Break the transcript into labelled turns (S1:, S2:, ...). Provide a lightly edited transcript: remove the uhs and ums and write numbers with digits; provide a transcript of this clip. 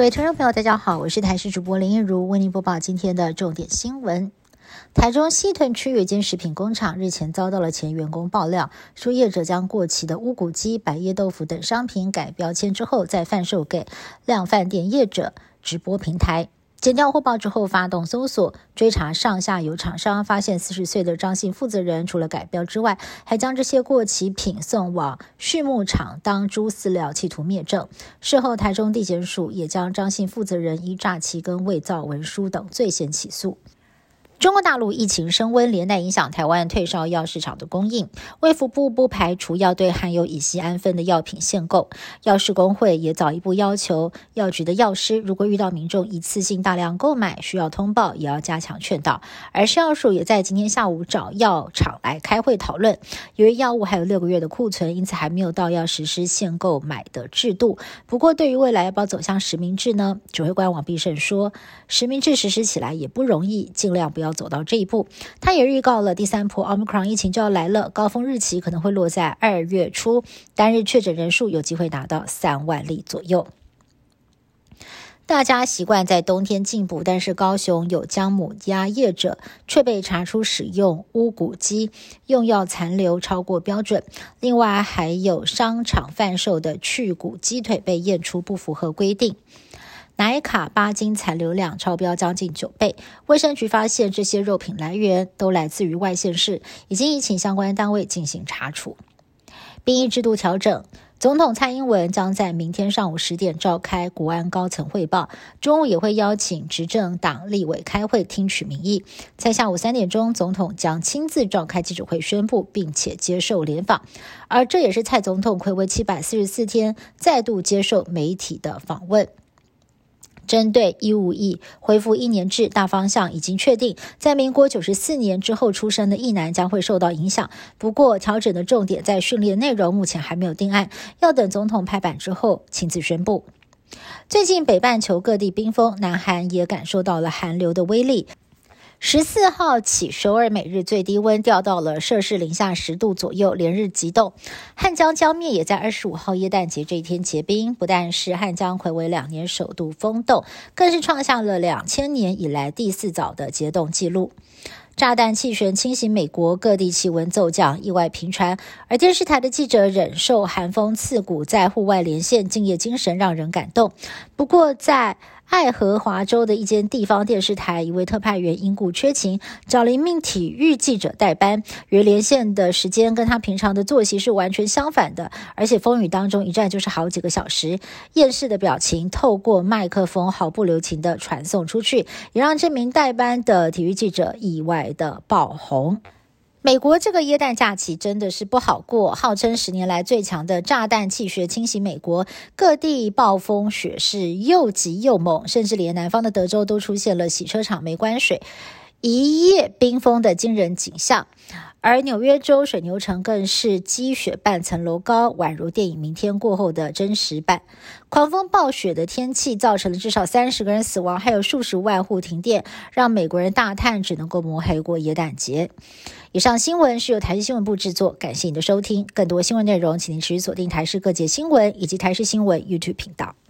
S1: 各位听众朋友大家好，我是台视主播林一如，为您播报今天的重点新闻。台中西屯区有一间食品工厂日前遭到了前员工爆料，说业者将过期的乌骨鸡、百叶豆腐等商品改标签之后再贩售给量贩店业者直播平台。检调获报之后发动搜索，追查上下游厂商，发现40岁的张姓负责人除了改标之外，还将这些过期品送往畜牧场当猪饲料，企图灭证。事后台中地检署也将张姓负责人依诈欺跟伪造文书等罪嫌起诉。中国大陆疫情升温，连带影响台湾退烧药市场的供应。卫福部不排除要对含有乙酰氨酚的药品限购。药师工会也早一步要求药局的药师，如果遇到民众一次性大量购买，需要通报，也要加强劝导。而食药署也在今天下午找药厂来开会讨论，由于药物还有6个月的库存，因此还没有到要实施限购买的制度。不过对于未来要不要走向实名制呢？指挥官王必胜说，实名制实施起来也不容易，尽量不要走到这一步。他也预告了第3波 Omicron 疫情就要来了，高峰日期可能会落在2月初，单日确诊人数有机会达到3万例左右。大家习惯在冬天进补，但是高雄有姜母鸭业者却被查出使用乌骨鸡，用药残留超过标准。另外还有商场贩售的去骨鸡腿被验出不符合规定。奶卡巴金残留量超标将近9倍，卫生局发现这些肉品来源都来自于外县市，已经请相关单位进行查处。兵役制度调整，总统蔡英文将在明天上午10点召开国安高层汇报，中午也会邀请执政党立委开会听取民意。在下午3点钟，总统将亲自召开记者会宣布，并且接受联访，而这也是蔡总统睽违744天再度接受媒体的访问。针对义务役恢复1年制大方向已经确定，在民国94年之后出生的役男将会受到影响。不过调整的重点在训练内容，目前还没有定案，要等总统拍板之后亲自宣布。最近北半球各地冰封，南韩也感受到了寒流的威力。14号起，首尔每日最低温掉到了摄氏零下10度左右，连日急冻。汉江江面也在25号耶诞节这一天结冰，不但是汉江睽违2年首度封冻，更是创下了2000年以来第4早的结冻纪录。炸弹气旋侵袭美国，各地气温骤降，意外频传。而电视台的记者忍受寒风刺骨，在户外连线，敬业精神让人感动。不过在爱荷华州的一间地方电视台，一位特派员因故缺勤，找了一名体育记者代班，原连线的时间跟他平常的作息是完全相反的，而且风雨当中一站就是好几个小时，厌世的表情透过麦克风毫不留情的传送出去，也让这名代班的体育记者意外的爆红。美国这个耶诞假期真的是不好过，号称10年来最强的炸弹气旋侵袭美国，各地暴风雪势又急又猛，甚至连南方的德州都出现了洗车场没关水，一夜冰封的惊人景象。而纽约州水牛城更是积雪半层楼高，宛如电影《明天过后》的真实版。狂风暴雪的天气造成了至少30个人死亡，还有数十万户停电，让美国人大叹只能够摸黑过耶诞节。以上新闻是由台视新闻部制作，感谢你的收听。更多新闻内容请您持续锁定台视各界新闻以及台视新闻 YouTube 频道。